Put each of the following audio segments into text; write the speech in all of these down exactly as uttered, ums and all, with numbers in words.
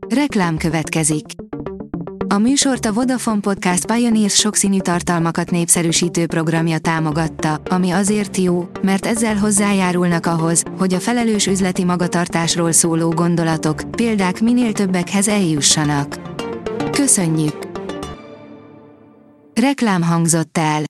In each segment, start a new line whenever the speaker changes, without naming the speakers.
Reklám következik. A műsort a Vodafone Podcast Pioneers sokszínű tartalmakat népszerűsítő programja támogatta, ami azért jó, mert ezzel hozzájárulnak ahhoz, hogy a felelős üzleti magatartásról szóló gondolatok, példák minél többekhez eljussanak. Köszönjük! Reklám hangzott el.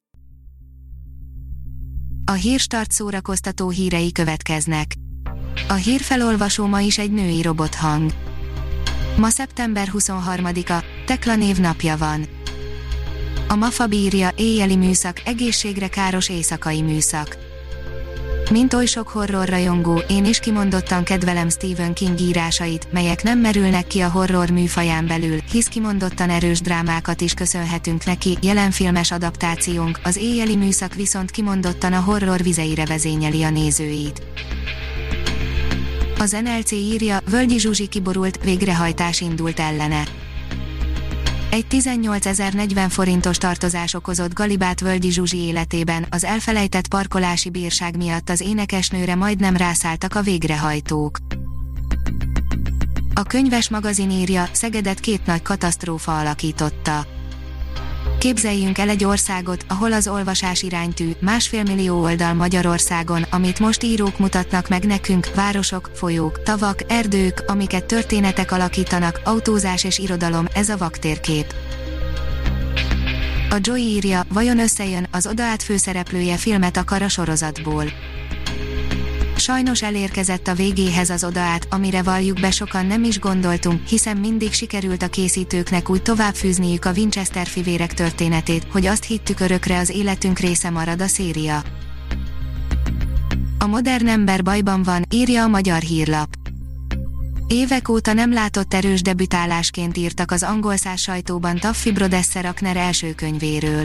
A Hírstart szórakoztató hírei következnek. A hírfelolvasó ma is egy női robothang. Ma szeptember huszonharmadika, Tekla névnapja van. A MAFA bírja, éjjeli műszak, egészségre káros éjszakai műszak. Mint oly sok horrorrajongó, én is kimondottan kedvelem Stephen King írásait, melyek nem merülnek ki a horror műfaján belül, hisz kimondottan erős drámákat is köszönhetünk neki, jelen filmes adaptációnk, az éjjeli műszak viszont kimondottan a horror vizeire vezényeli a nézőit. Az en el cé írja, Völgyi Zsuzsi kiborult, végrehajtás indult ellene. Egy tizennyolcezer-negyven forintos tartozás okozott galibát Völgyi Zsuzsi életében, az elfelejtett parkolási bírság miatt az énekesnőre majdnem rászálltak a végrehajtók. A Könyves magazin írja, Szegedet két nagy katasztrófa alakította. Képzeljünk el egy országot, ahol az olvasás iránytű, másfél millió oldal Magyarországon, amit most írók mutatnak meg nekünk, városok, folyók, tavak, erdők, amiket történetek alakítanak, autózás és irodalom, ez a vaktérkép. A Joy írja, vajon összejön, az Oda át főszereplője filmet akar a sorozatból. Sajnos elérkezett a végéhez az Oda át, amire valljuk be sokan nem is gondoltunk, hiszen mindig sikerült a készítőknek úgy továbbfűzniük a Winchester fivérek történetét, hogy azt hittük örökre az életünk része marad a széria. A modern ember bajban van, írja a Magyar Hírlap. Évek óta nem látott erős debütálásként írtak az angolszász sajtóban Taffy Brodesser Akner első könyvéről.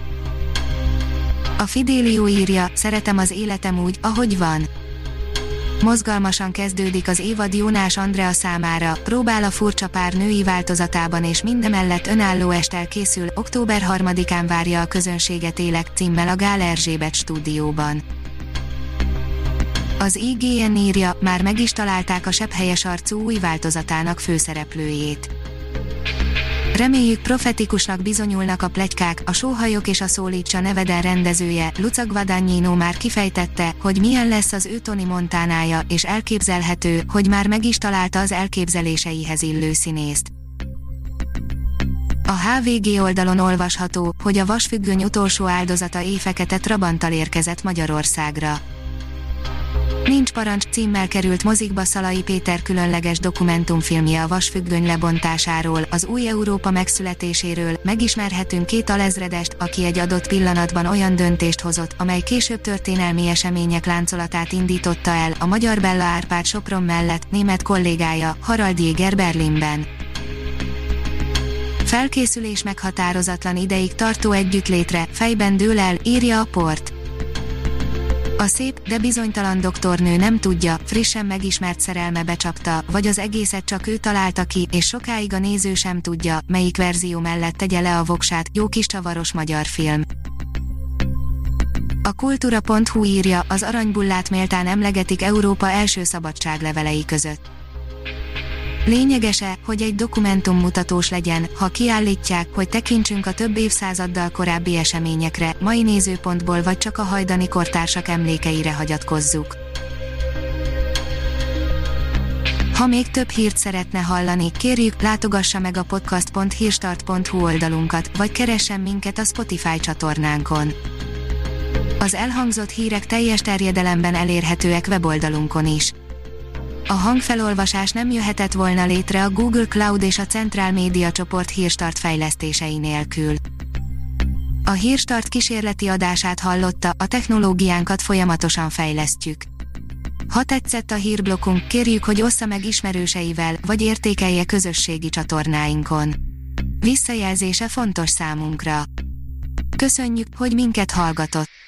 A Fidelio írja, szeretem az életem úgy, ahogy van. Mozgalmasan kezdődik az évad Jónás Andrea számára, próbál a furcsa pár női változatában és mindemellett önálló esttel készül, október harmadikán várja a közönséget Élek címmel a Gál Erzsébet stúdióban. Az i gé en írja, már meg is találták a sebhelyes arcú új változatának főszereplőjét. Reméljük profetikusnak bizonyulnak a pletykák, a Sóhajok és a Szólítsa neveden rendezője, Luca Guadagnino már kifejtette, hogy milyen lesz az ő Tony Montanája, és elképzelhető, hogy már meg is találta az elképzeléseihez illő színészt. A há vé gé oldalon olvasható, hogy a vasfüggöny utolsó áldozata éjfekete Trabanttal érkezett Magyarországra. Nincs parancs címmel került mozikba Szalai Péter különleges dokumentumfilmje a vasfüggöny lebontásáról, az új Európa megszületéséről, megismerhetünk két alezredest, aki egy adott pillanatban olyan döntést hozott, amely később történelmi események láncolatát indította el, a magyar Bella Árpád Sopron mellett, német kollégája, Harald Jäger Berlinben. Felkészülés meghatározatlan ideig tartó együttlétre, fejben dől el, írja a Port. A szép, de bizonytalan doktornő nem tudja, frissen megismert szerelme becsapta, vagy az egészet csak ő találta ki, és sokáig a néző sem tudja, melyik verzió mellett tegye le a voksát, jó kis csavaros magyar film. A kultúra pont hu írja, az aranybullát méltán emlegetik Európa első szabadságlevelei között. Lényegese, hogy egy dokumentum mutatós legyen, ha kiállítják, hogy tekintsünk a több évszázaddal korábbi eseményekre, mai nézőpontból vagy csak a hajdani kortársak emlékeire hagyatkozzuk. Ha még több hírt szeretne hallani, kérjük, látogassa meg a podcast pont hírstart pont hu oldalunkat, vagy keressen minket a Spotify csatornánkon. Az elhangzott hírek teljes terjedelemben elérhetőek weboldalunkon is. A hangfelolvasás nem jöhetett volna létre a Google Cloud és a Centrál Média csoport Hírstart fejlesztései nélkül. A Hírstart kísérleti adását hallotta, a technológiánkat folyamatosan fejlesztjük. Ha tetszett a hírblokkunk, kérjük, hogy ossza meg ismerőseivel, vagy értékelje közösségi csatornáinkon. Visszajelzése fontos számunkra. Köszönjük, hogy minket hallgatott!